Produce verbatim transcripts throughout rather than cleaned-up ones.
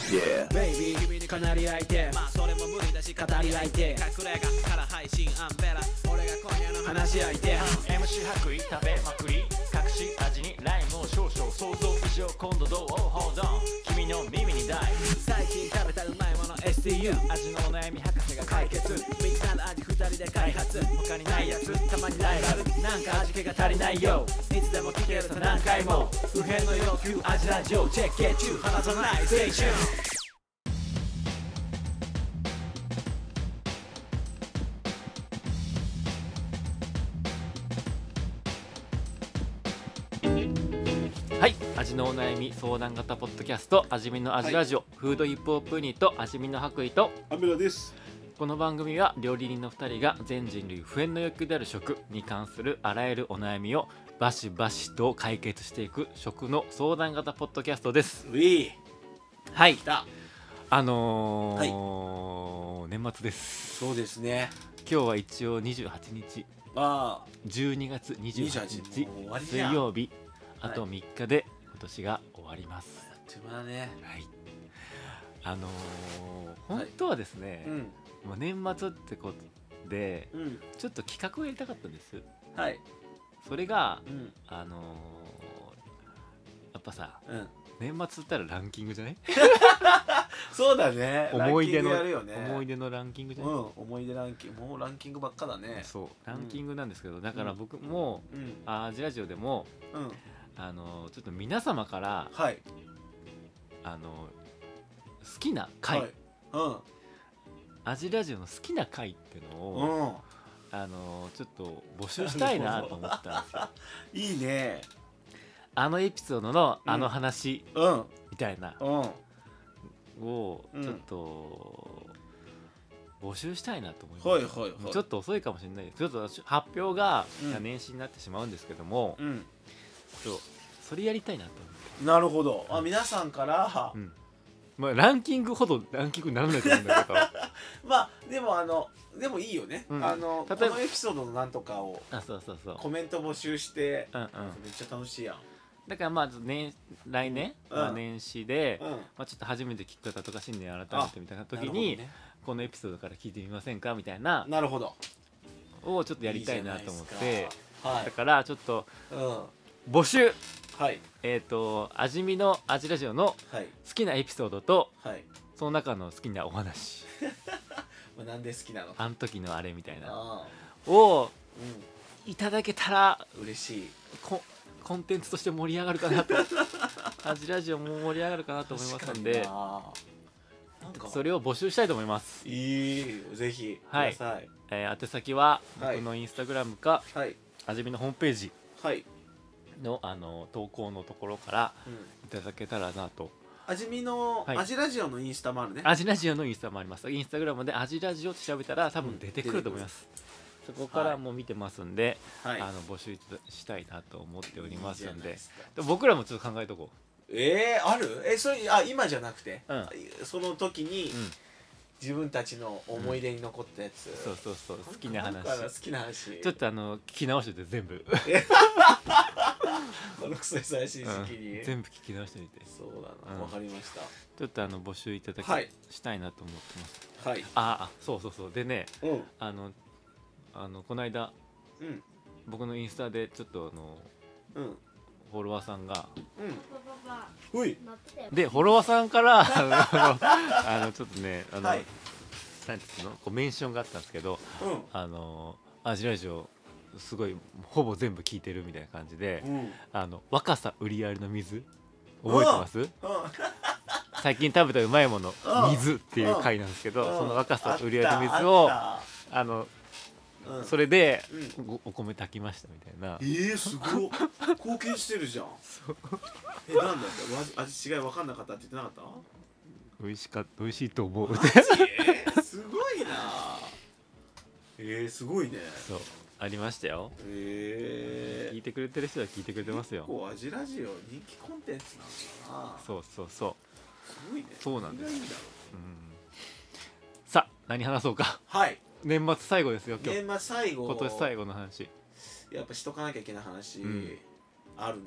Yeah ベイビー君にかなり相手まあそれも無理だし語り相手隠れ家から配信アンベラ俺が今夜の話し相手エムシー 白衣食べまくり隠し味にライムを少々想像以上今度どう Hold on 君の耳に大最近食べたうまいもの エスティーユー味のお悩み博士が解解決みんなの味二人で開発他にないやつたまにライバルなんか味気が足りないよいつでも聞けると何回も不変の要求味ラジオチェックゲッチュー離さないステーションはい、味のお悩み相談型ポッドキャスト味見の味ラジオ、フードヒップホップユニット味見の白衣とアメラです。 この番組は料理人のふたりが全人類不変の欲求である食に関するあらゆるお悩みをバシバシと解決していく食の相談型ポッドキャストです。 ウィーはいだ。 あのー年末です。 そうですね。 今日は一応にじゅうはちにちまあじゅうにがつにじゅうはちにちもう終わりじ水ゃん。 曜日あとみっかで今年が終わります。 あっという間だね。 はい、あのー本当はですね、 うんもう年末ってことでうんちょっと企画をやりたかったんです。 はいそれがうんあのーやっぱさうん年末ったらランキングじゃない？ そうだね。 思い出のランキングやるよね。 思い出のランキングじゃない？ うん思い出ランキングもうランキングばっかだね。 そうランキングなんですけど、だから僕も、 うんあーアジラジオでもうんあのーちょっと皆様からはいあのー好きな回、 はいうんアジラジオの好きな回っていうのを、 うんあのーちょっと募集したいなと思ったんですよ。 いいね。 あのエピソードのあの話うんみたいなうんをうんちょっと募集したいなと思います。 はいはいはい。 もうちょっと遅いかもしれないです。ちょっと発表がうん年始になってしまうんですけども、 うんちょっとそれやりたいなと思って。 なるほど。あ皆さんからうんまあ、ランキングほどランキングにならないと思うんだけどまあでもあのでもいいよね。 うんあのこ例えばのエピソードのなんとかをあそうそうそう、 コメント募集してうんうん、 めっちゃ楽しいやん。 だからまあ年来年、 うんまあ、年始で、 うんまあ、ちょっと初めて聞く方とか新年改めてみたいな時に、このエピソードから聞いてみませんかみたいななるほど。 をちょっとやりたいなと思っていいじゃないですかはいだからちょっとうん募集はいえっ、と味見の味ラジオのはい好きなエピソードとはい。 その中の好きなお話まあなんで好きなの？ あの時のあれみたいなあをあいただけたらうん嬉しい。 ココンテンツとして盛り上がるかなと味ラジオも盛り上がるかなと思いますのでなんかそれを募集したいと思います。 いいぜひくはいださい。 えー宛先ははい僕のインスタグラムかはい味見のホームページはい。 のあの投稿のところからうんいただけたらなと。 味見のはい味ラジオのインスタもあるね。 味ラジオのインスタもあります。インスタグラムで味ラジオって調べたら多分出てくると思います。そこからもう見てますんで、 はい。 あの募集したいなと思っておりますんでいいじゃないすかで僕らもちょっと考えとこえー、ある？えそれあ今じゃなくて、 うんその時に、 う、うん、 自分たちの思い出に残ったやつ。 そうそうそう好きな話んか好きな話。 ちょっとあの聞き直してて全部、 このクソ忙しい時期に。 うん全部聞き直してみてそうだな。 うんわ、かりました。 ちょっとあの募集いただき、 はいしたいなと思ってます。 はい。 ああそうそうそうでねうんあのあのこの間うん僕のインスタでちょっとあのうんフォロワーさんがうん。ほい。 でフォロワーさんからあのあのちょっとねあの、 はいなんていうのこうメンションがあったんですけどうん。 あのアジラジオすごいほぼ全部聞いてるみたいな感じで、 うん。 あの若さ売り上げの水覚えてます？ うん。 最近食べたうまいものうん水っていう回なんですけど、 うんその若さ売り上げの水をああのったあったうん、 それでうんごお米炊きましたみたいなえー、すごい貢献してるじゃんえなんだってわ味違い分かんなかったって言ってなかった美味しか美味しいと思うマジすごいなえー、すごいねそうありましたよ。 えー、 聞いてくれてる人は聞いてくれてますよ。 結構味ラジオ人気コンテンツなんだなそうそうそうすごいねそうなんです何がいいんだろうんさあ何話そうか。 うはい年末最後ですよ今日。 年末最後今年最後の話。 やっぱしとかなきゃいけない話、 うんあるね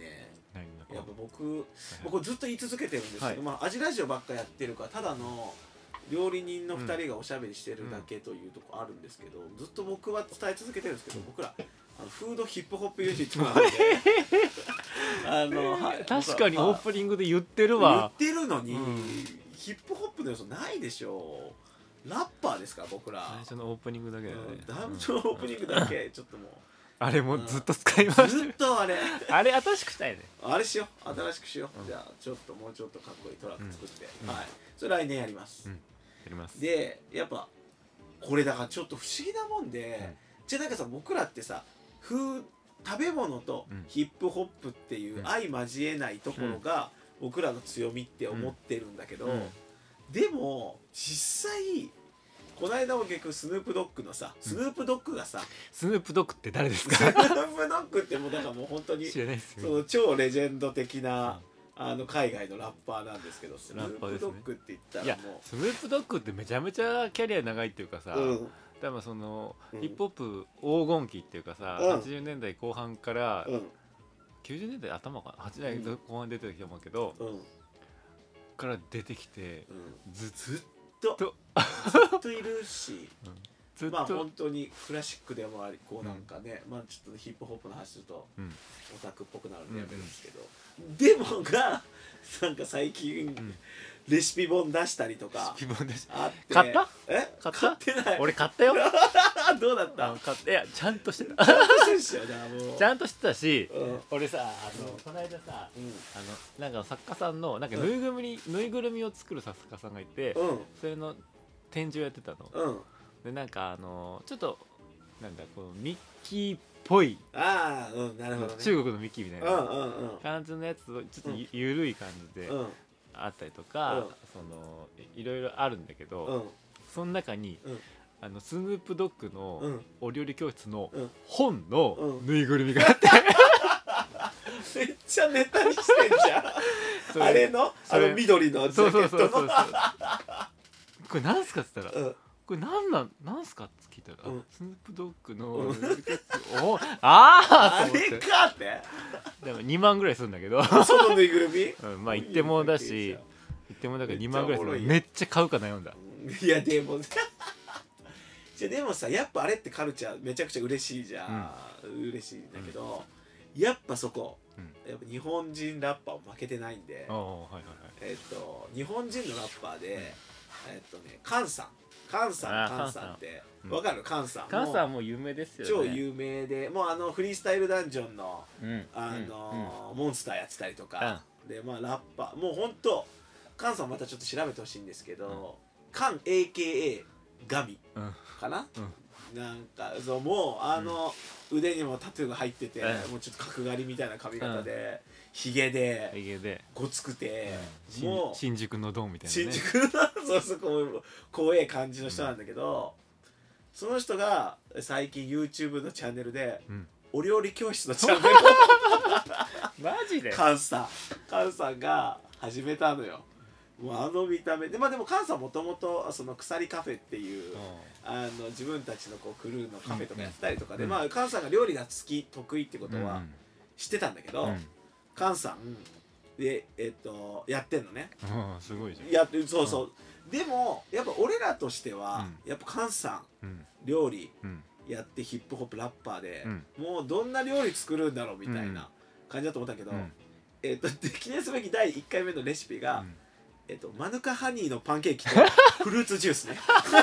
何がこうやっぱ僕僕ずっと言い続けてるんですけど、 はいまあアジラジオばっかやってるからただの料理人のふたりがおしゃべりしてるだけというところあるんですけど、ずっと僕は伝え続けてるんですけど、僕らあのフードヒップホップユニットなのであの、はい、 確かにオープニングで言ってる言っわ。 てるのに、 うん、 ヒップホップの要素ないでしょう。ラッパーですから僕ら。 最初のオープニングだけだね、 うん、ダムチョオープニングだけちょっともうあれもずっと使いました、 ずっとあれあれ新しくしたいね。 あれしよう、新しくしよう、 うん、 じゃあちょっともうちょっとかっこいいトラック作って、 うん、 はい、それ来年やります、 うん、やります。 でやっぱこれだからちょっと不思議なもんで、 うん、 じゃあなんかさ僕らってさ風食べ物とヒップホップっていう相交えないところが僕らの強みって思ってるんだけど、 うん、 でも実際この間も結局スヌープドッグのさ、スヌープドッグがさ、 スヌープドッグって誰ですか？ スヌープドッグってもうだからもう本当に知らないですよ。 その超レジェンド的な、うん、あの海外のラッパーなんですけど、スヌープドッグって言ったらもう、 いやスヌープドッグってめちゃめちゃキャリア長いっていうかさ、 うん、 多分その、 うん、 ヒップホップ黄金期っていうかさ、うん、はちじゅうねんだいこう半から、うん、きゅうじゅうねんだい頭かな、はちじゅうねんだいこう半出てきたと思うけど、うん、から出てきて、 うん、 ずずっとずっといるし、うん、ずっとまあ本当にクラシックでもありこうなんかね、うん、まあちょっとヒップホップの話すると、うん、オタクっぽくなるんでやめるんですけど、うん、でもがなんか最近、うん、レシピ本出したりとかレシピ本出しあって買った？ え買った？ 買ってない。 俺買ったよどうだった？ 買っていやちゃんとしてたちゃんとしてるしよもうちゃんとしてたし、 うん、 俺さあの、うん、この間さ、うん、あのなんか作家さんのなんかぬいぐるみ、うん、ぬいぐるみを作る作家さんがいて、うん、それの展示をやってたの、うん、でなんかあのちょっとなんだこのミッキーっぽい、 ああ、うん、なるほどね、 中国のミッキーみたいな感じのやつをちょっと ゆ,、うん、ゆるい感じで、うん、あったりとか、うん、その い, いろいろあるんだけど、うん、その中に、うん、あのスヌープドッグのお料理教室の本のぬいぐるみがあって、 めっちゃネタにしてんじゃんあれのあの緑のジャケットのこれなんすかっつったら、うん、これなんなんなんすかって聞いたら、うん、スヌープドッグの、うん、おあああれかってでもにまんぐらいするんだけどそのぬいぐるみ、 うん、まあ一点もだし一点もだからにまんぐらいするめっちゃ買うか悩んだ。 いやでもじゃでもさやっぱあれってカルチャーめちゃくちゃ嬉しいじゃん、うん、嬉しいんだけど、うん、やっぱそこ、うん、やっぱ日本人ラッパーも負けてないんで、はいはいはい、えっと日本人のラッパーで、うん、えっとねカンさんカンさんカンさんってわ、うん、かるカンさんカンさんもう有名ですよね。 超有名でもうあのフリースタイルダンジョンの、うん、あの、うん、モンスターやってたりとか、うん、でまあラッパーもうほんとカンさんまたちょっと調べてほしいんですけど、うん、カン エーケーエー ガミかな、うん、なんかそうもうあの、うん、腕にもタトゥーが入ってて、うん、もうちょっと角刈りみたいな髪型で、うん、ヒゲでヒゲでごつくて、 うん、もう新宿のドンみたいなね新宿のそうそうこう怖い感じの人なんだけど、うん、その人が最近 YouTube のチャンネルで、うん、お料理教室のチャンネルをマジでカンさんカンさんが始めたのよ。もうあの見た目でまあでもカンさんもともとその鎖カフェっていう、うん、あの自分たちのこうクルーのカフェとかやってたりとかで、うん、まあカンさんが料理が好き得意ってことは知ってたんだけど、うん、カンさんでえっとやってんのね。 うん、すごいじゃん。 やってそうそう。うん、でもやっぱ俺らとしては、やっぱカンさん、料理やってヒップホップラッパーで、もうどんな料理作るんだろうみたいな感じだと思ったけど、えっと記念すべきだいいっかいめのレシピが。えっと、マヌカハニーのパンケーキとフルーツジュースね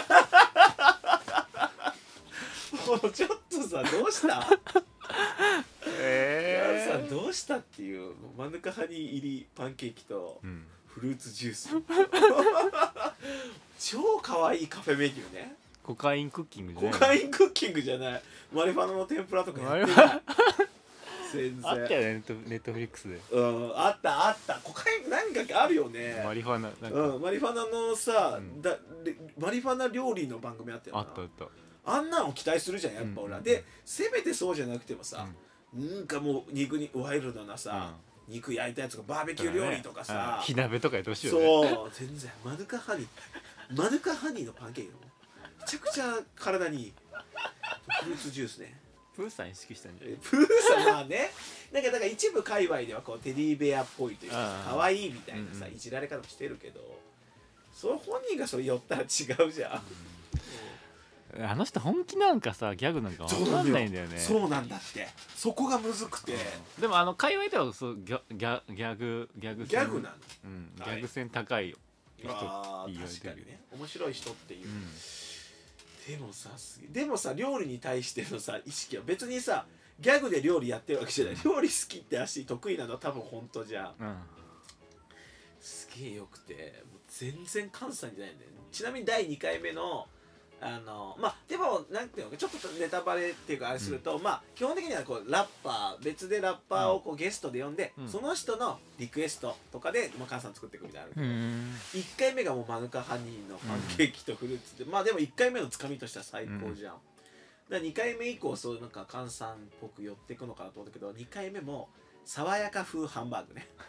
もうちょっとさどうしたえー、さどうしたっていうマヌカハニー入りパンケーキとフルーツジュース、うん、超かわいいカフェメニューね。 コカインクッキングじゃないコカインクッキングじゃないマリファナの天ぷらとかやってない全然あったよねネットフリックスで。 うんあったあったコカイン何かあるよね。 マリファナなんか、 うん、マリファナのさ、うん、だマリファナ料理の番組あったよな。 あったあった。 あんなんを期待するじゃんやっぱ俺ら、うん、でせめてそうじゃなくてもさ、うん、なんかもう肉にワイルドなさ、うん、肉焼いたやつがバーベキュー料理とかさ、 ね、火鍋とかどうしようね。そう全然マヌカハニーマヌカハニーのパンケーキのめちゃくちゃ体にいいフルーツジュースねプーさん意識したんじゃない？ プーさんはね、なんかだから一部界隈ではこうテディベアっぽいというか可愛いみたいなさ、 うんうん、 いじられ方もしてるけど、それ本人がそれ寄ったら違うじゃん、 うん、あの人本気なんかさギャグなんか分かんないんだよね。 そうなんだって、そこがむずくて、 うん、でもあの界隈ではそうギャギャギャグギャグギャグなの、 うん、ギャグ線高いよ人って言われてるね、面白い人っていう、 うん、 でもさでもさ料理に対してのさ意識は別にさギャグで料理やってるわけじゃない、料理好きって足得意なのは多分本当じゃん、うん、すげえよくてもう全然関西じゃないんだよね。ちなみにだいにかいめのあのまあでもなんていうのかちょっとネタバレっていうかあれすると、うん、まあ基本的にはこうラッパー別でラッパーをこうゲストで呼んで、うん、その人のリクエストとかで、まあ、菅さん作っていくみたいな、うん、いっかいめがもうマヌカハニーのパンケーキとフルーツで、うん、まあでもいっかいめのつかみとしては最高じゃん、うん、だからにかいめ以降そうなんか菅さんっぽく寄っていくのかなと思ったけどにかいめも爽やか風ハンバーグね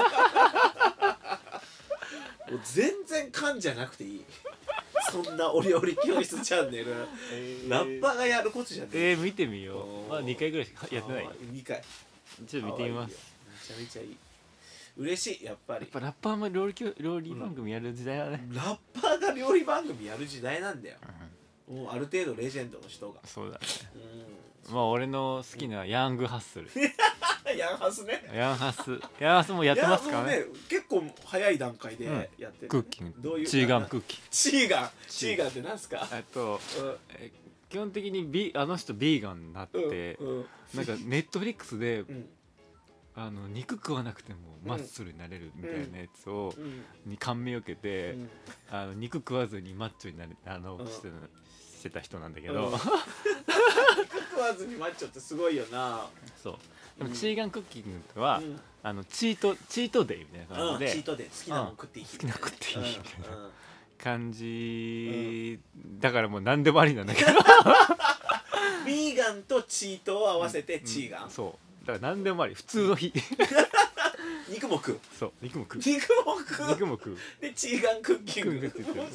もう全然缶じゃなくていいそんなお料理教室チャンネル、えー、ラッパーがやることじゃねえ。えー、見てみよう。まあにかいぐらいしかやってない。 にかい。 ちょっと見てみます。 めちゃめちゃいい。嬉しいやっぱり。 やっぱラッパーも料理料理番組やる時代だね、 うん。ラッパーが料理番組やる時代なんだよ。うん、もうある程度レジェンドの人が。 そうだね。うん、まあ俺の好きなヤングハッスル。 ヤンハスね。 ヤンハス。ヤンハスもやってますかね。 ね結構早い段階でやってる、ね、 クッキング。 どういうチーガンクッキング。 チーガン。チーガンってなんすか。 えっと、うん、え基本的にビあの人ビーガンになって、うんうん、なんかネットフリックスで、うん、あの肉食わなくてもマッスルになれるみたいなやつを、うん、に感銘を受けて、うん、あの肉食わずにマッチョになれあの、うん、してしてた人なんだけど、うん、肉食わずにマッチョってすごいよな。 そうでもチーガンクッキングは、うん、あのチートチートデイみたいな感じで、 うん、チートデイ好きなもん食っていい、 好きな食っていいみたいな感じ、うん、だからもう何でもありなんだけどビーガンとチートを合わせてチーガン、うんうん、 そうだから何でもあり普通の日肉も食う、 そう肉も食う肉も食う肉も食うでチーガンクッキングって言ってる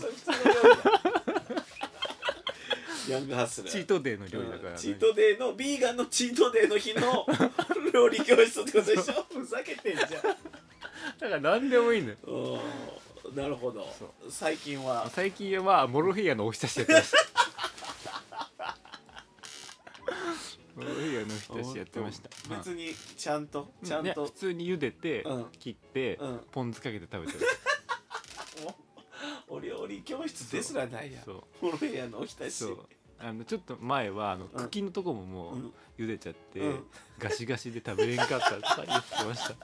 ヤングハッスルチートデーの料理だから、ね、 チートデーのビーガンのチートデーの日の料理教室ってことでしょふざけてんじゃんだから何でもいいのよ。 なるほど。最近は最近はモロヘイヤのおひたしやってましたモロヘイヤのおひたしやってました。 別にちゃんとちゃんと、 ね、普通に茹でて、うん、切って、うん、ポン酢かけて食べてるお料理教室ですらないやん。モロヘイヤのおひたし。そうあのちょっと前はあの、うん、茎のとこももう茹でちゃって、うん、ガシガシで食べれんかったとか言ってました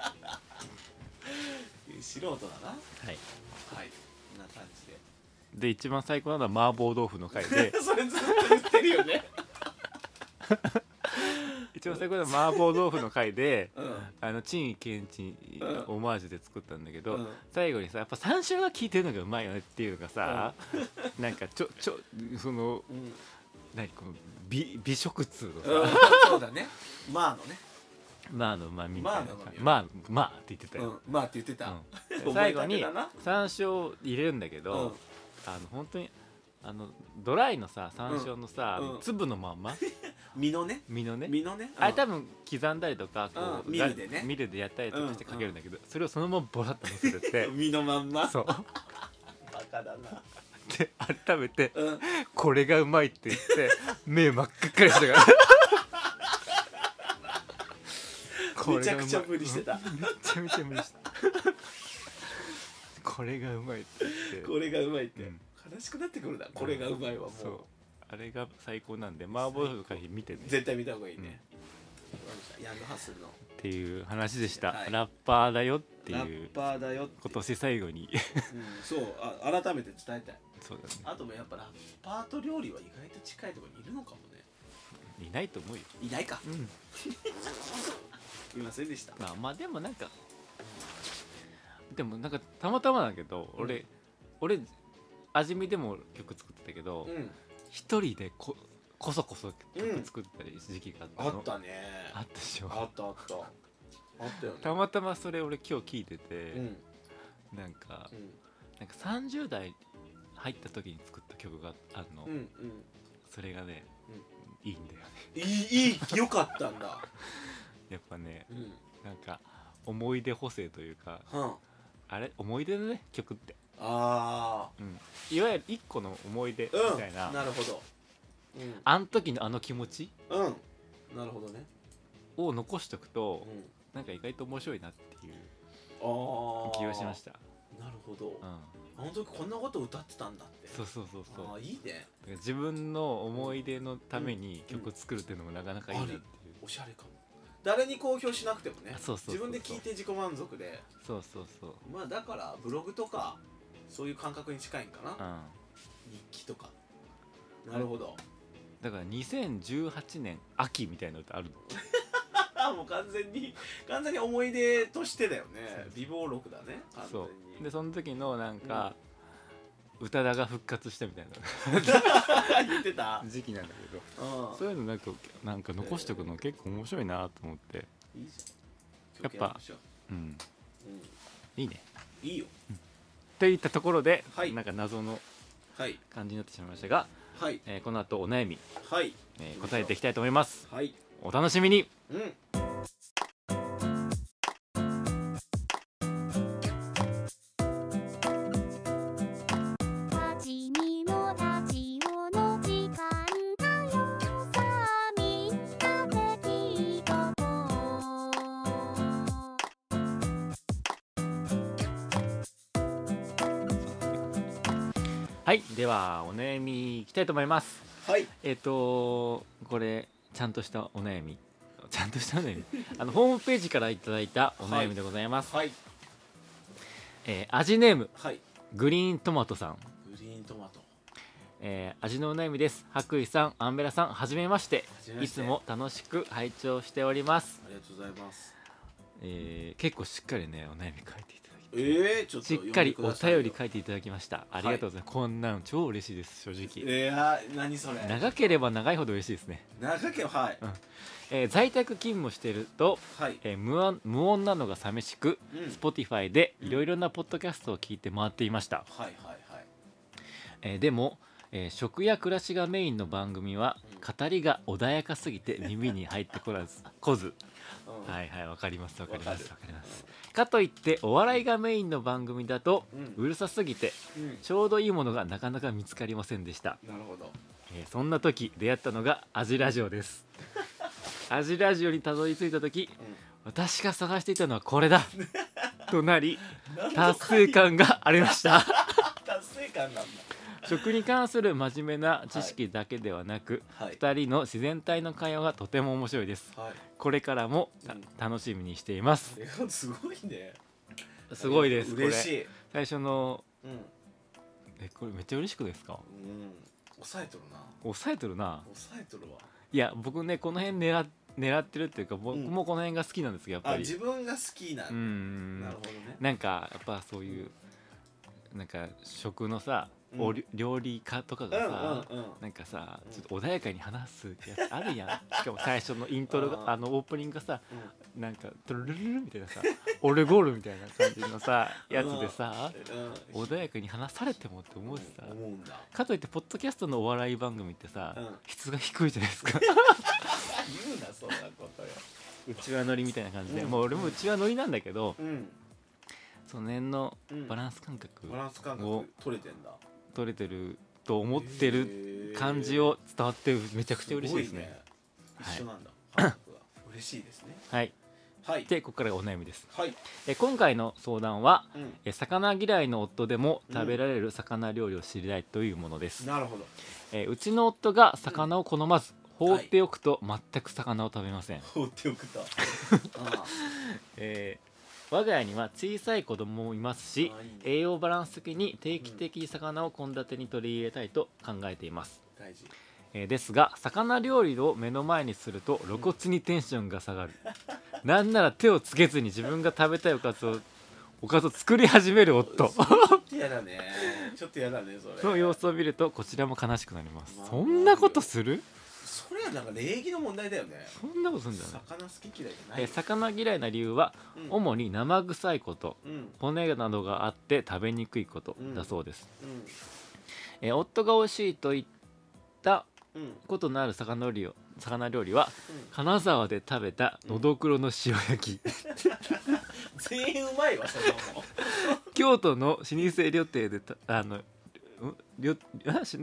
素人だな。はいはいこんな感じでで一番最高なのは麻婆豆腐の回でそれずっと言ってるよね一番最高なのは麻婆豆腐の回で、うん、あの陳怡健一オマージュで作ったんだけど、うん、最後にさやっぱ山椒が効いてるのがうまいよねっていうのがさ、うん、なんかちょちょその、うん、何この美美食通のさ、 うん、そうだねまあのねまあのまあみたいなまあまあって言ってたよ、 うん、まあって言ってた、 うん、最後に山椒入れるんだけど、うん、あの本当にあのドライのさ山椒のさ、うん、粒のまんま実のね実のね実のね、 うん、あれ多分刻んだりとかこう、 うん、ミルでねミルでやったりとかしてかけるんだけど、うんうん、それをそのままボラッと乗せてて実のまんまそうバカだなであれ食べて、 うん、 これがうまいって言って目真っ赤っかりしてたからめちゃくちゃ無理してためちゃめちゃ無理したこれがうまいって言ってこれがうまいって、うん、悲しくなってくるなこれがうまいはもう、 そうあれが最高なんで麻婆豆腐会見てね絶対見た方がいいね、うん、ヤングハッスルのっていう話でした、はい、ラッパーだよっていうラッパーだよって今年最後に、 うん、そうあ改めて伝えたいそうだねあともやっぱラッパーと料理は意外と近いところにいるのかもねいないと思うよいないかうんいませんでした。 まあまあでもなんかでもなんかたまたまだけど、うん、俺俺味見でも曲作ってたけど、うん、一人でここそこそ曲作ったり時期があったの、 うん、あったねあったでしょあったあったあったよねたまたまそれ俺今日聞いてて、 うん、 なんか、うん、なんかさんじゅう代入った時に作った曲があるの、 うんうん、 それがね、 いいんだよね。 いいいいよかったんだ。 やっぱね、 うん、 なんか思い出補正というか、 うん、 あれ思い出のね曲って、 ああ、 うん、いわゆる一個の思い出みたいな、 うん、なるほど、 うん、あの時のあの気持ち、 うん、なるほどね、 を残しておくと、 うん、 なんか意外と面白いなっていうあ気がしました。 なるほど、うん、 あの時こんなこと歌ってたんだって。 そうそうそうそう。 あいいね。 自分の思い出のために曲作るっていうのもなかなかいいなっていう、 おしゃれかも。誰に公表しなくてもね、 そうそうそうそう、自分で聴いて自己満足で、 そうそうそう、 まあだからブログとかそういう感覚に近いんかな、うん、日記とか。なるほど。 だからにせんじゅうはちねん秋みたいな歌あるのもう完全に完全に思い出としてだよね。美貌録だね、完全に。 そうでその時のなんか、うん、宇多田が復活したみたいな言ってた時期なんだけど、そういうのなんかなんか残しておくの結構面白いなと思って、 いいじゃん、 やっぱうん、うん、いいね、 いいよ、 うん、といったところで、 はい、 なんか謎の感じになってしまいましたが、 はい、 えー、この後お悩み、 はい、 えー、答えていきたいと思います。 はい、 お楽しみに。 うん。 はい、ではお悩みいきたいと思います。 はい。 えっ、ー、とこれちゃんとしたお悩み、ちゃんとしたお悩みあのホームページからいただいたお悩みでございます。 はい。 えー、味ネーム、 はい、 グリーントマトさん。 グリーントマト。 えー、味のお悩みです。白衣さん、アンベラさん、はじめまして。いつも楽しく拝聴しております。 ありがとうございます。 えー、結構しっかりねお悩み書いていただきえー、ちょっとしっかりお便り書いていただきました。ありがとうございます、はい、こんなの超嬉しいです。正直えー、何それ。 長ければ長いほど嬉しいですね。 長ければはい、 うん、えー、在宅勤務していると、はい、えー、無音、無音なのが寂しく、うん、Spotify でいろいろなポッドキャストを聞いて回っていました。 はいはいはい、 えー、でも、えー、食や暮らしがメインの番組は、うん、語りが穏やかすぎて耳に入ってこらずこず、うん、はいはい、わかりますわかりますわかります、うん、かといってお笑いがメインの番組だと、うん、うるさすぎて、うん、ちょうどいいものがなかなか見つかりませんでした。 なるほど、 えー、そんな時出会ったのがアジラジオですアジラジオにたどり着いた時、うん、私が探していたのはこれだとなり達成感がありました達成感なんだ。 食に関する真面目な知識だけではなく、はい、ふたりの自然体の会話がとても面白いです、はい、これからも、うん、楽しみにしています。 すごいね。 すごいです。 嬉しい。 これ最初の、うん、えこれめっちゃ嬉しくないですか。うん、 抑えとるな抑えとるな抑えとるわ。 いや僕ねこの辺狙っ狙ってるっていうか僕もこの辺が好きなんですけど、やっぱり、 あ自分が好きなんだ。うん、なるほどね。 なんかやっぱそういう、うん、なんか食のさお料理家とかがさ、うんうんうん、なんかさちょっと穏やかに話すやつあるやんしかも最初のイントロがあのオープニングがさ、うん、なんかトゥルルルルみたいなさオルゴールみたいな感じのさやつでさ、うん、穏やかに話されてもって思うしさ、うん、思うんだ。かといってポッドキャストのお笑い番組ってさ、うん、質が低いじゃないですか言うなそんなことよ。 うちわノリみたいな感じで、うん、もう俺もうちわノリなんだけど、うん、その辺のバランス感覚を、 バランス感覚取れてんだ。 取れてると思ってる感じを伝わってめちゃくちゃ嬉しいですね。 すごいね。一緒なんだ。はい、嬉しいですね。 はい。 はい。 でここからがお悩みです。 はい。 え今回の相談は、うん、え魚嫌いの夫でも食べられる魚料理を知りたいというものです。 うん、なるほど。 えうちの夫が魚を好まず、うん、放っておくと全く魚を食べません。 放っておくと。あえー我が家には小さい子供もいますし、いいね、栄養バランス的に定期的に魚を献立に取り入れたいと考えています。 大事。 えー、ですが魚料理を目の前にすると露骨にテンションが下がる、うん、なんなら手をつけずに自分が食べたいおかずをおかずを作り始める夫。 ちょっとやだね。ちょっとやだねそれ。 その様子を見るとこちらも悲しくなります。まあ、そんなことする？ それはなんか礼儀の問題だよね。 そんなことするんだよね。 魚好き嫌いじゃない。 え魚嫌いな理由は、うん、主に生臭いこと、うん、骨などがあって食べにくいことだそうです。うんうん、え夫が美味しいと言ったことのある魚料理を魚料理は、うん、金沢で食べたのどくろの塩焼き、うん、 全員うまいわそれはもう京都の老舗料亭でたあの料老舗、うん、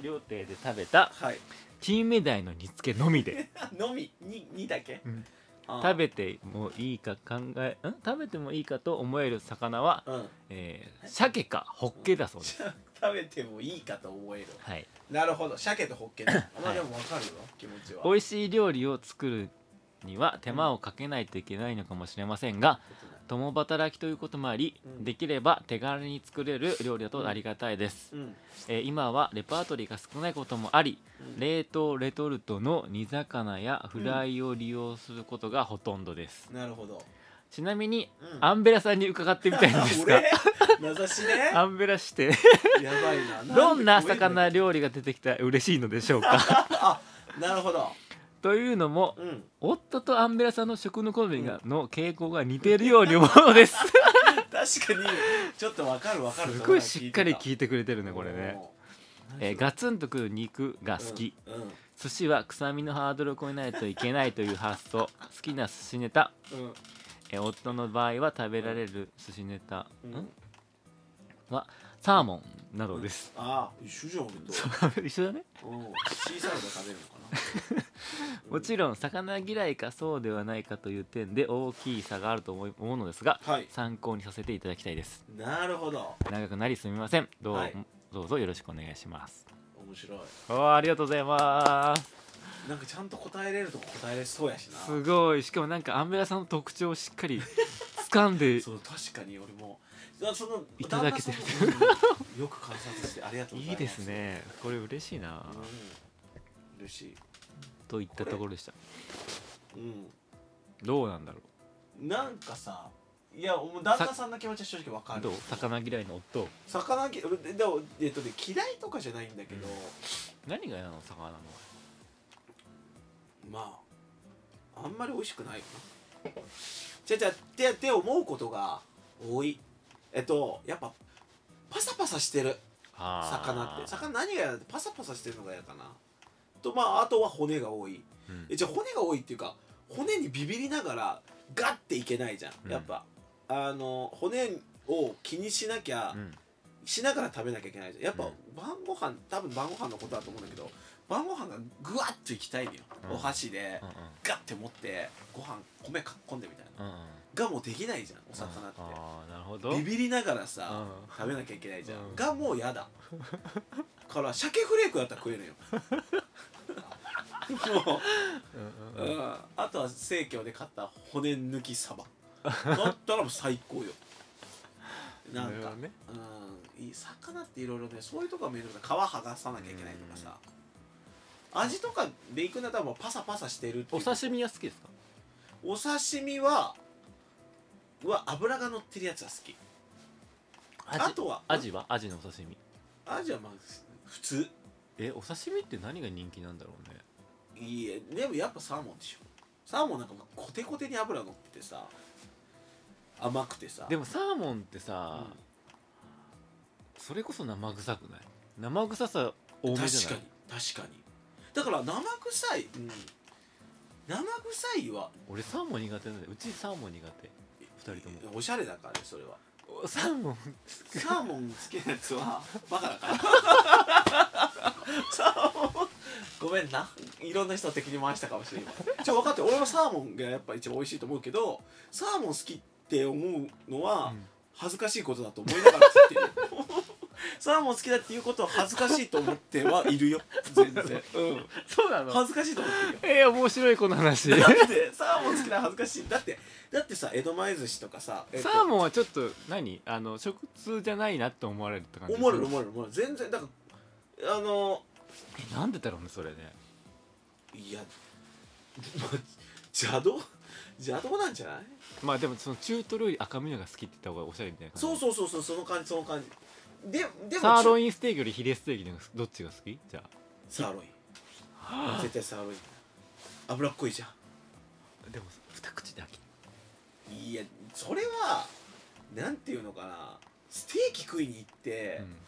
料亭で食べた、はい、金目鯛の煮付けのみでのみににだけ、うん、 食べてもいいか考えん食べてもいいかと思える魚は、うんえー、鮭かホッケだそうです。 食べてもいいかと思える、 はい、 なるほど鮭とホッケだまあでも分かるよ、はい、気持ちは。 美味しい料理を作るには手間をかけないといけないのかもしれませんが、うん、共働きということもあり、うん、できれば手軽に作れる料理だとありがたいです、うんえー、今はレパートリーが少ないこともあり、うん、冷凍レトルトの煮魚やフライを利用することがほとんどです、 うん、なるほど。 ちなみに、うん、アンベラさんに伺ってみたいんですが名指しねアンベラしてやばいなどんな魚料理が出てきたら嬉しいのでしょうかあ、なるほど。 というのも、うん、夫とアンベラさんの食の好みが、うん、の傾向が似ているように思うのです確かにちょっとわかるわかる。 すごいしっかり聞いてくれてるねこれね、えー、ガツンとくる肉が好き、うんうん、寿司は臭みのハードルを超えないといけないという発想好きな寿司ネタ、うんえー、夫の場合は食べられる寿司ネタ、うん、はサーモンなどです、 うん、ああ一緒じゃん一緒だね。 シーサラダ食べるのかなもちろん魚嫌いかそうではないかという点で大きい差があると思うのですが、はい、参考にさせていただきたいです。 なるほど。 長くなりすみません。どう、はい、どうぞよろしくお願いします。 面白い。 あ、ありがとうございます。 なんかちゃんと答えれるとこ答えれそうやしな。 すごい。しかもなんかアンベラさんの特徴をしっかり掴んでそう確かに俺もそのいただけてるよく観察してありがとうございます。 いいですね。これ嬉しいな、うん、 嬉しいといったところでした。 うん、 どうなんだろう。なんかさ、いやもう旦那さんの気持ちは正直わかる。 どう？魚嫌いの夫。 魚嫌いでもえっとね嫌いとかじゃないんだけど、うん、 何が嫌なの魚の。 まああんまり美味しくないよな。じゃじゃってって思うことが多い。えっとやっぱパサパサしてる魚って魚何が嫌だってパサパサしてるのが嫌かなと。まああとは骨が多い、うん、えじゃあ骨が多いっていうか骨にビビりながらガッていけないじゃん、うん、やっぱあの骨を気にしなきゃ、うん、しながら食べなきゃいけないじゃんやっぱ、うん、晩ご飯多分晩ご飯のことだと思うんだけど晩ご飯がグワッといきたいのよ、うん、お箸で、うんうん、ガッて持ってご飯米かっこんでみたいな、うんうん、がもうできないじゃんお魚って、うん、 あなるほど。 ビビりながらさ、うん、食べなきゃいけないじゃん、うん、がもうやだから鮭フレークだったら食えるよもう、うんうんうん、あとは生協で買った骨抜きサバだったらもう最高よなんか、ね、うん、いい魚っていろいろねそういうとこは面倒くさい。皮剥がさなきゃいけないとかさ、味とかでいくんだったらもうパサパサしてるっていう。 お刺身は好きですか？ お刺身はは脂が乗ってるやつは好き。あとはアジはアジのお刺身。 アジはまあ普通。 えお刺身って何が人気なんだろうね。 いいえでもやっぱサーモンでしょ。サーモンなんかコテコテに脂乗っててさ甘くてさ。 でもサーモンってさ、うん、それこそ生臭くない？生臭さ多めじゃない？ 確かに確かに。だから生臭い、うん、生臭いは俺サーモン苦手なんだよ。うちサーモン苦手ふたりとも。 おしゃれだからねそれは。 サーモンサーモン好きなやつはバカだからサーモンごめんないろんな人を敵に回したかもしれない。じゃあ分かって俺はサーモンがやっぱ一番美味しいと思うけどサーモン好きって思うのは恥ずかしいことだと思いながら食ってるサーモン好きだっていうことは恥ずかしいと思ってはいるよ全然、うん、 そうなの。 恥ずかしいと思ってるよ。えー、面白いこの話だってサーモン好きなら恥ずかしい。だってだってさ江戸前寿司とかさ、 えっと、サーモンはちょっと何あの食通じゃないなって思われるって感じ。 思われる思われる思われる全然だからあのえなんでだろうねそれね。 いや邪道邪道なんじゃない。 まあでもその中トロより赤身のが好きって言った方がおしゃれみたいな感じ。 そうそうそうそうその感じその感じででもサーロインステーキよりヒレステーキのどっちが好き？じゃあサーロイン、はあ、絶対サーロイン脂っこいじゃん。 でも二口だけいやそれはなんていうのかなステーキ食いに行って、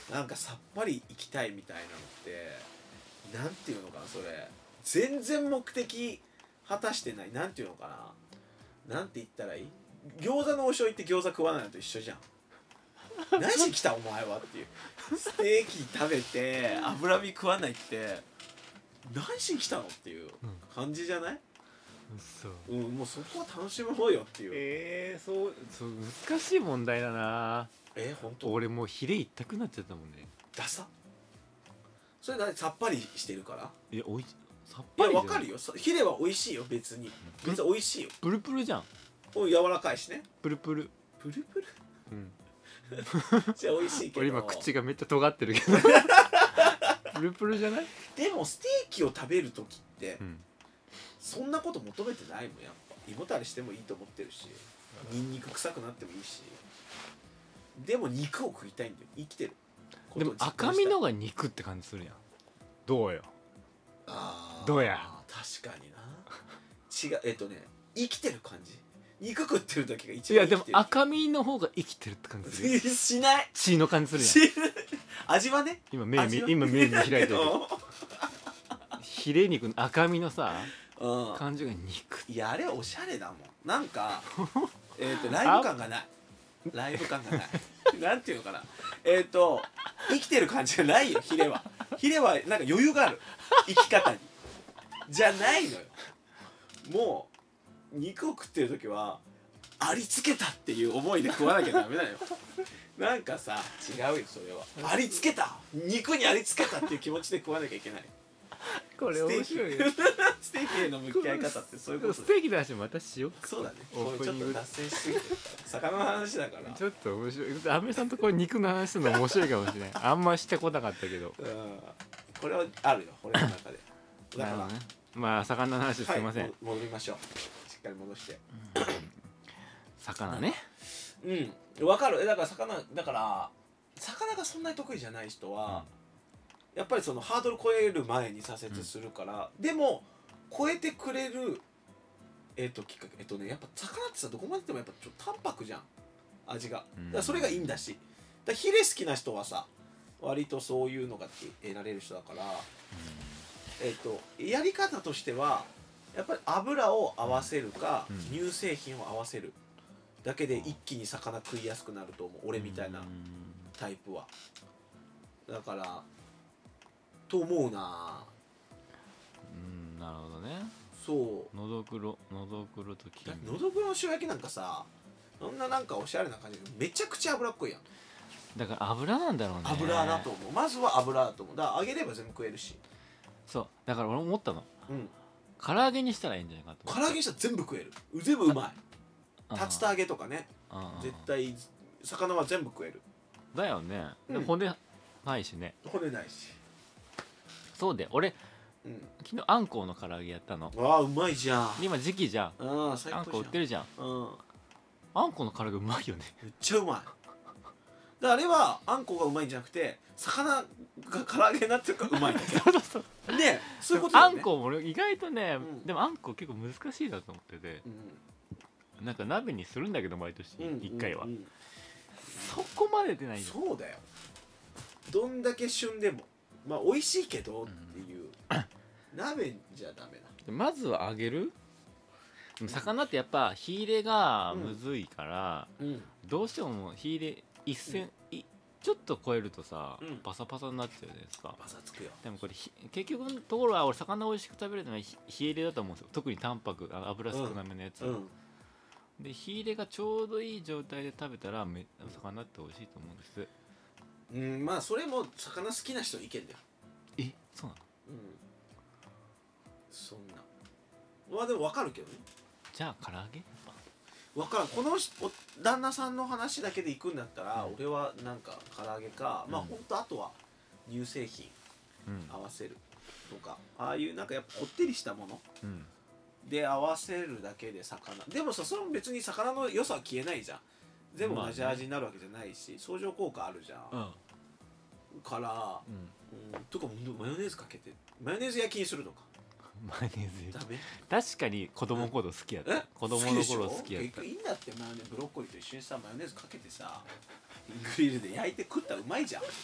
なんかさっぱりいきたいみたいなのってなんていうのかな、それ全然目的果たしてない、なんていうのかな、なんて言ったらいい、餃子の王将行って餃子食わないのと一緒じゃん。何しに来たお前はっていう、ステーキ食べて脂身食わないって何しに来たのっていう感じじゃない？ そう、 うん、もうそこは楽しもうよっていう。 えー、そうそう難しい問題だな。 えー、本当？ 俺もうヒレ痛くなっちゃったもんね。 ダサ。それ何さっぱりしてるから？ いやおいしさっいぱりやわかるよ、ヒレは美味しいよ別に、別に美味しいよ、 プルプルじゃん。 お柔らかいしね、 プルプルプルプルうんじゃあ美味しいけど、 俺今口がめっちゃ尖ってるけどプルプルじゃない？ でもステーキを食べる時って、 うん、 そんなこと求めてないもんやっぱ。胃もたれしてもいいと思ってるし、ニンニク臭くなってもいいし、でも肉を食いたいんだよ、生きてる。 でも赤身のが肉って感じするやん。どうよ。 あどうや。 確かにな。違う、えっとね生きてる感じ。肉食ってる時が一いやで番生きてる。 も赤身の方が生きてるって感じする。 しない血の感じするやん。 味はね、 今目味は今目見開いてるけどヒレ肉の赤身のさうん感じが肉。 いやあれおしゃれだもん。なんかえっとライブ感がない、ライブ感がないなんていうのかな、えっと生きてる感じがないよ。ヒレはヒレはなんか余裕がある生き方にじゃないのよ。もう肉を食ってる時はありつけたっていう思いで食わなきゃダメだよなんかさ違うよ、それはありつけた、肉にありつけたっていう気持ちで食わなきゃいけない。 これ面白いよステーキへの向き合い方ってそういうことステーキの話またしよう。 そうだね。 オープニングこれちょっと脱線しすぎて魚の話だからちょっと面白い。アメさんとこう肉の話するの面白いかもしれないあんましてこなかったけど。 うんこれはあるよ俺の中で。だから、 なるほどね。まあ魚の話すいません、 はい、戻りましょう。しっかり戻して。 魚ね。 うんわかる。だから魚だから魚がそんなに得意じゃない人は、うん、やっぱりそのハードル超える前に左折するから、うん、でも超えてくれるえっ、ー、ときっかけえっ、ー、とねやっぱ魚ってさどこまでいってもやっぱちょっと淡白じゃん味が。だからそれがいいんだし、だからヒレ好きな人はさ割とそういうのが得られる人だから、うん、えっ、ー、とやり方としてはやっぱり油を合わせるか、うん、乳製品を合わせるだけで一気に魚食いやすくなると思う、俺みたいなタイプは。だからと思うな。 うんなるほどね。 そうのどぐろのどぐろと金魚のどぐろの塩焼きなんかさそんななんかおしゃれな感じでめちゃくちゃ脂っこいやん。 だから油なんだろうね。 油だと思う。まずは油だと思う。だから揚げれば全部食えるし。 そうだから俺思ったの、 うん、 唐揚げにしたらいいんじゃないかと。 唐揚げにしたら全部食える。全部うまい。竜田揚げとかね絶対魚は全部食える。 だよね、 うん、 骨ないしね。 骨ないし。 そうで俺、うん、昨日あんこうの唐揚げやったの。 ああうまいじゃん。 今時期じゃん。 あ最高じゃん。 あんこ売ってるじゃん。 うん、 あんこの唐揚げうまいよね。 めっちゃうまい。だからあれはあんこがうまいんじゃなくて魚が唐揚げになってるからうまいんだよそうそうそうねそういうことだよね。 あんこも俺意外とね、うん、でもあんこ結構難しいなと思ってて、うん、なんか鍋にするんだけど毎年いっかいは、うんうんうん、そこまで出ないよ。 そうだよ。どんだけ旬でもまあ美味しいけどっていう、うん、鍋じゃダメだ。 まずは揚げる。魚ってやっぱ火入れがむずいから、うん、どうしても火入れ一線、うん、ちょっと超えるとさ、うん、パサパサになっちゃうじゃないですか。 パサつくよ。 でもこれ結局のところは俺魚美味しく食べるのは火入れだと思うんですよ。特に淡白油少なめのやつ、うんうん、で火入れがちょうどいい状態で食べたらめ魚って美味しいと思うんです。 うんまあそれも魚好きな人意見だよ。 えそうなの。 うんそんなまあでも分かるけどね。 じゃあ唐揚げ分からん。この旦那さんの話だけでいくんだったら、うん、俺はなんか唐揚げか、うん、まあほんとあとは乳製品合わせるとか、うん、ああいうなんかやっぱこってりしたもの、うん、で合わせるだけで魚でもさそれも別に魚の良さは消えないじゃん。全部同じ味になるわけじゃないし、まあね、相乗効果あるじゃん、うん、から、うんうん、とかマヨネーズかけてマヨネーズ焼きにするとか。 マヨネーズダメ。 確かに子供の頃好きやった、うん、子供の頃好きやった。 いいんだってマヨネーズブロッコリーと一緒にさマヨネーズかけてさグリルで焼いて食ったらうまいじゃん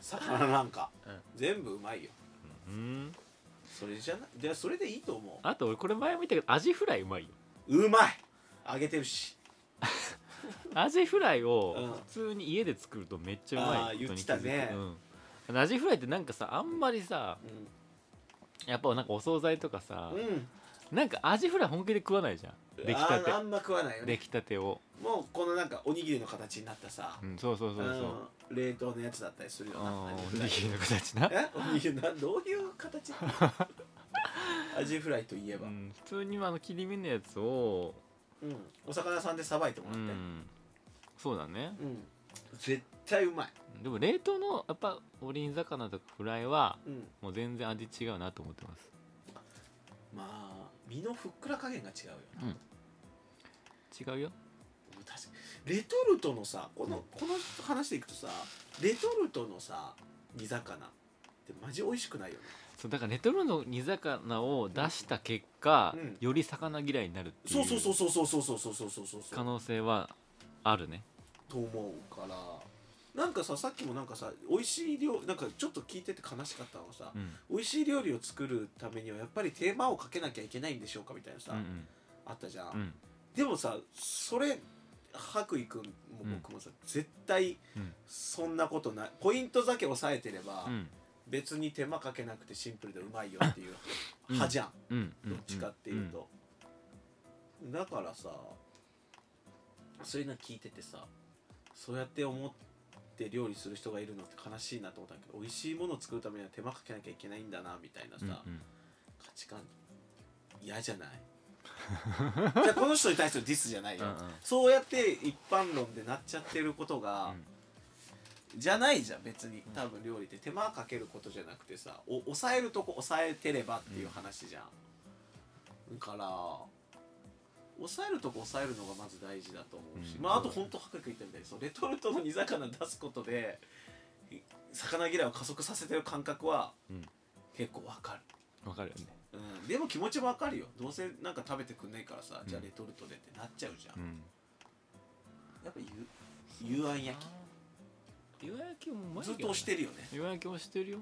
魚なんか、 うん、 全部うまいよ。 うん、 それじゃなでそれでいいと思う。 あと俺これ前見たけどアジフライうまいよ。 うまい、揚げてるしアジフライを普通に家で作るとめっちゃうまい、 ああ言ってたね、 うん、アジフライってなんかさあんまりさ、うん、やっぱなんかお惣菜とかさ、うん、なんかアジフライ本気で食わないじゃん。出来たてあ, あんま食わないよね。 出来たてをもうこのなんかおにぎりの形になったさ、 うん、そうそうそうそう、 うん、冷凍のやつだったりするよな。 おにぎりの形な。 えおにぎりなどういう形アジフライといえば、うん、 普通にあの切り身のやつを、 うん、お魚屋さんでさばいてもらって、うん、 そうだね、 うん、絶対うまい。 でも冷凍のやっぱオリン魚とかフライは、うん、もう全然味違うなと思ってます。 まあ身のふっくら加減が違うよ、 うん、違うよ。 確かにレトルトのさこの、うん、この話でいくとさレトルトのさ煮魚ってマジ美味しくないよね。 そうだからレトルトの煮魚を出した結果、うん、より魚嫌いになるっていうそうそうそうそうそうそうそうそうそうそう可能性はあるねと思うから、なんかささっきもなんかさ美味しい料なんかちょっと聞いてて悲しかったのはさ、うん、美味しい料理を作るためにはやっぱり手間をかけなきゃいけないんでしょうかみたいなさ、うんうん、あったじゃん、うん、でもさそれ白衣くんも僕もさ、うん、絶対そんなことない、ポイントだけ押さえてれば、うん、別に手間かけなくてシンプルでうまいよっていう派じゃん、うん、どっちかっていうと、うん、だからさそういうの聞いててさそうやって思って料理する人がいるのって悲しいなと思ったんだけど、美味しいものを作るためには手間かけなきゃいけないんだなみたいなさ、うんうん、価値観嫌じゃないじゃあこの人に対するディスじゃないよ、うんうん、そうやって一般論でなっちゃってることが、うん、じゃないじゃん別に。多分料理って手間かけることじゃなくてさお抑えるとこ抑えてればっていう話じゃん、うん、だから抑えるとこ抑えるのがまず大事だと思うし、うん、まああと本当白く言ったみたいにそうレトルトの煮魚出すことで魚嫌いを加速させてる感覚は、うん、結構わかるわかるよね、 うん、でも気持ちわかるよ。どうせなんか食べてくんないからさ、うん、じゃあレトルトでってなっちゃうじゃん、うん、やっぱゆゆあん焼きゆあん焼きもうまいけど、ね、ずっとしてるよね。 ゆあん焼きもしてるよ、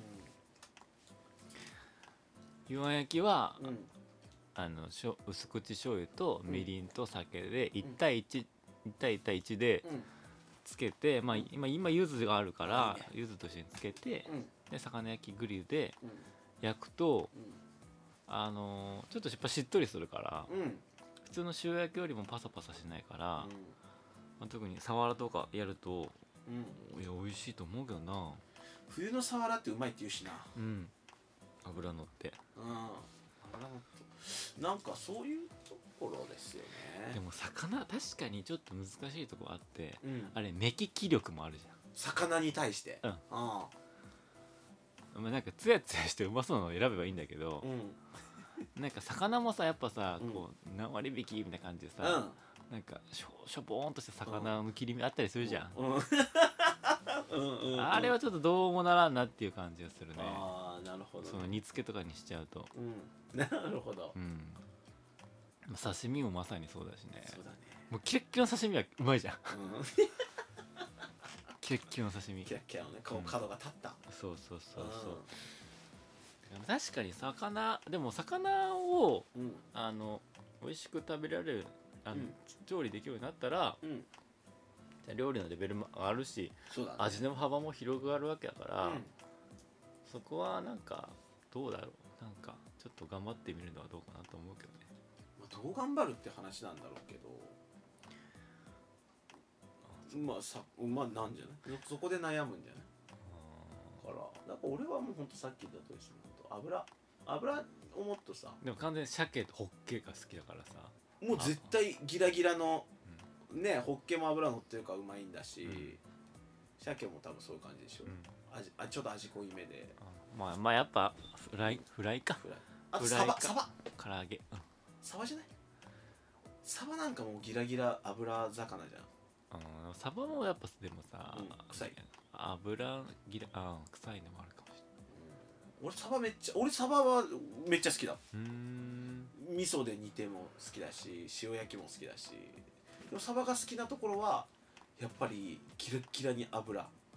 うん、ゆあん焼きは、うん、あのしょ薄口醤油とみりんと酒でいち対いち、うん、いち対いち対いちでつけて、うん、まあ今今柚子があるから柚子と一緒につけて、うん、で魚焼きグリルで焼くと、うん、あのー、ちょっとやっぱしっとりするから、うん、普通の塩焼きよりもパサパサしないから、うんまあ、特にサワラとかやると、うん、いや美味しいと思うけどな。 冬のサワラってうまいって言うしな、 うん、油乗って、うん、油乗ってなんかそういうところですよね。 でも魚確かにちょっと難しいところあって、うん、あれ目利き力もあるじゃん魚に対して、うん、あまあ、なんかツヤツヤしてうまそうなのを選べばいいんだけど、うん、なんか魚もさやっぱさ、うん、こう何割引きみたいな感じでさ、うん、なんかしょしょぼーんとした魚の切り身あったりするじゃん、うんうん、あれはちょっとどうもならんなっていう感じがするね。 ああなるほど、ね、 その煮付けとかにしちゃうと、 うん、なるほど、うん、 刺身もまさにそうだしね。 そうだね、 もうキラッキラの刺身はうまいじゃん、うんキラッキラの刺身キラッキラのね角が立った、 うん、そうそうそうそう、うん、確かに魚でも魚を、うん、あの美味しく食べられるあの、うん、調理できるようになったら、うん、じゃあ料理のレベルも上がるし、ね、味の幅も広がるわけだから、うん、そこはなんかどうだろう、なんかちょっと頑張ってみるのはどうかなと思うけどね。 まあ、どう頑張るって話なんだろうけど、まあさ、まあなんじゃない、そこで悩むんじゃないから、なんか俺はもうほんとさっき言ったとおりですよ。油油をもっとさ、 でも完全に鮭とホッケが好きだからさ、 もう絶対ギラギラの、うん、ねホッケも油乗ってるからうまいんだし、うん、鮭も多分そういう感じでしょ、うん、味あちょっと味濃いめで、 うん、まあまあやっぱフライフライか、 フライあとサバサバ唐揚げ、うん、 サバじゃない、サバなんかもうギラギラ油魚じゃん。 うん、サバもやっぱでもさ、うん、 臭い油ギラあ臭いのもあるかもしれない、うん、俺サバめっちゃ俺サバはめっちゃ好きだ。うーん味噌で煮ても好きだし塩焼きも好きだし、でもサバが好きなところはやっぱりキラッキラに油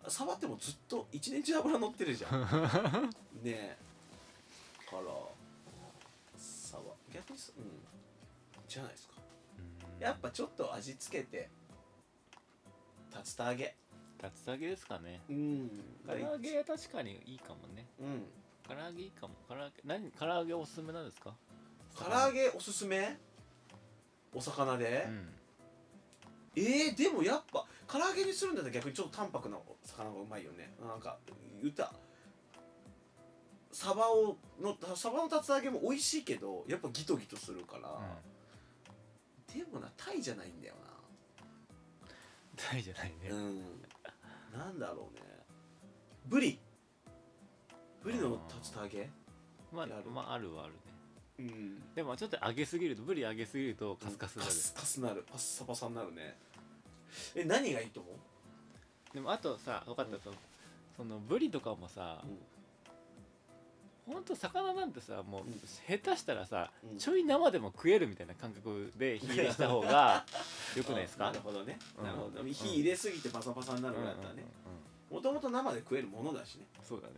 触ってもずっと一年中油乗ってるじゃんねえから触逆にうんじゃないですか。やっぱちょっと味付けて竜田揚げ竜田揚げですかね。 うん唐揚げは確かにいいかもね。 うん唐揚げいいかも。唐揚げ何唐揚げおすすめなんですか？ 唐揚げおすすめお魚で、うん、えー、でもやっぱ唐揚げにするんだったら逆にちょっと淡白な魚がうまいよね。なんか言ったサバをのサバの竜田揚げも美味しいけどやっぱギトギトするから、うん、でもなタイじゃないんだよな。 タイじゃないね。 うんなんだろうね。ブリブリの竜田揚げまあまああるはあるね。 うん、 でもちょっと揚げすぎるとブリ揚げすぎるとカスカスになる、 カスカスなるパッサパサになるね。え何がいいと思う？ でもあとさ分かった、うん、そのそのブリとかもさ、うん、ほんと魚なんてさもう、うん、下手したらさ、うん、ちょい生でも食えるみたいな感覚で火入れした方がよくないですか？ なるほどね、うん、なるほど、火入れすぎてパサパサになるぐらいだったらね、もともと生で食えるものだしね。 そうだね。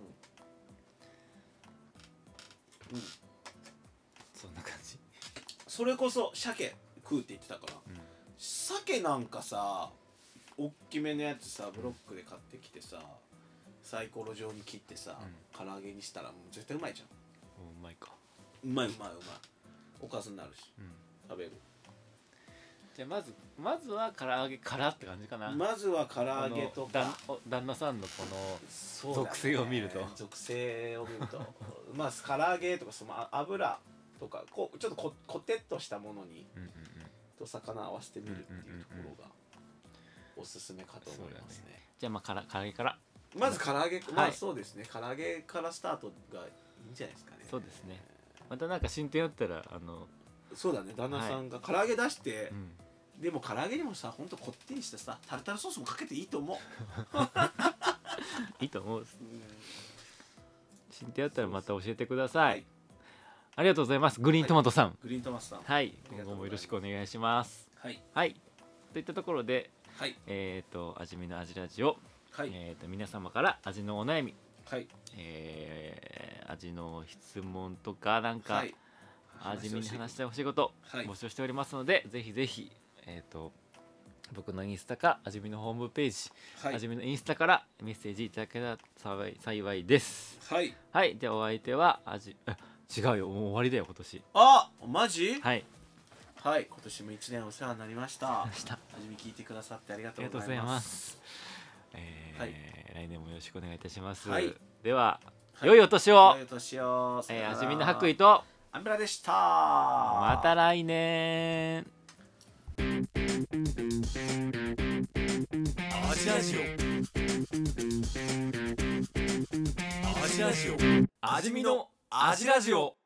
うん、うんそんな感じ。 それこそ鮭食うって言ってたから、うん、鮭なんかさ大きめのやつさブロックで買ってきてさサイコロ状に切ってさ、うん、唐揚げにしたらもう絶対うまいじゃん。 うまいか。 うまいうまいうまい。おかずになるし、うん、食べる。 じゃあまずまずは唐揚げからって感じかな。 まずは唐揚げとか旦那さんのこの属性を見ると、ね、 属性を見るとまあ唐揚げとかその油とかこうちょっと こ, こてっとしたものに、うんうんうん、と魚合わせてみるっていうところがおすすめかと思います ね, ね。 じゃあまあ唐揚げからまず唐揚げ、まあそうですね、唐揚げからスタートがいいんじゃないですかね。 そうですね。またなんか進展あったらあのそうだね旦那さんが唐揚げ出して、はい、でも唐揚げにもさほんとこってりしてさタルタルソースもかけていいと思ういいと思う、うん、進展あったらまた教えてください。はい、ありがとうございます。グリーントマトさん、はい、 グリーントマトさん、 はい、今後もよろしくお願いします。はい、はい、といったところで、はい、えっ、ー、と味見の味ラジオ、はい、えっ、ー、と皆様から味のお悩み、はい、えー、味の質問とかなんか、はい、味見に話してほしいこと、はい、募集しておりますので、ぜひぜひえっ、ー、と僕のインスタか味見のホームページ、はい、味見のインスタからメッセージいただけたら幸いです。はい、はい、でお相手は味違うよ、もう終わりだよ今年。あ、 マジ？ はいはい、今年もいちねんお世話になりました。味見聞いてくださってありがとうございます。 えーはい、来年もよろしくお願いいたします。はい、では、はい、良いお年を。 良いお年を。 えー、味見の白衣とアンブラでした。 また来年。 味ラジオ。味ラジオ。味見の味ラジオ。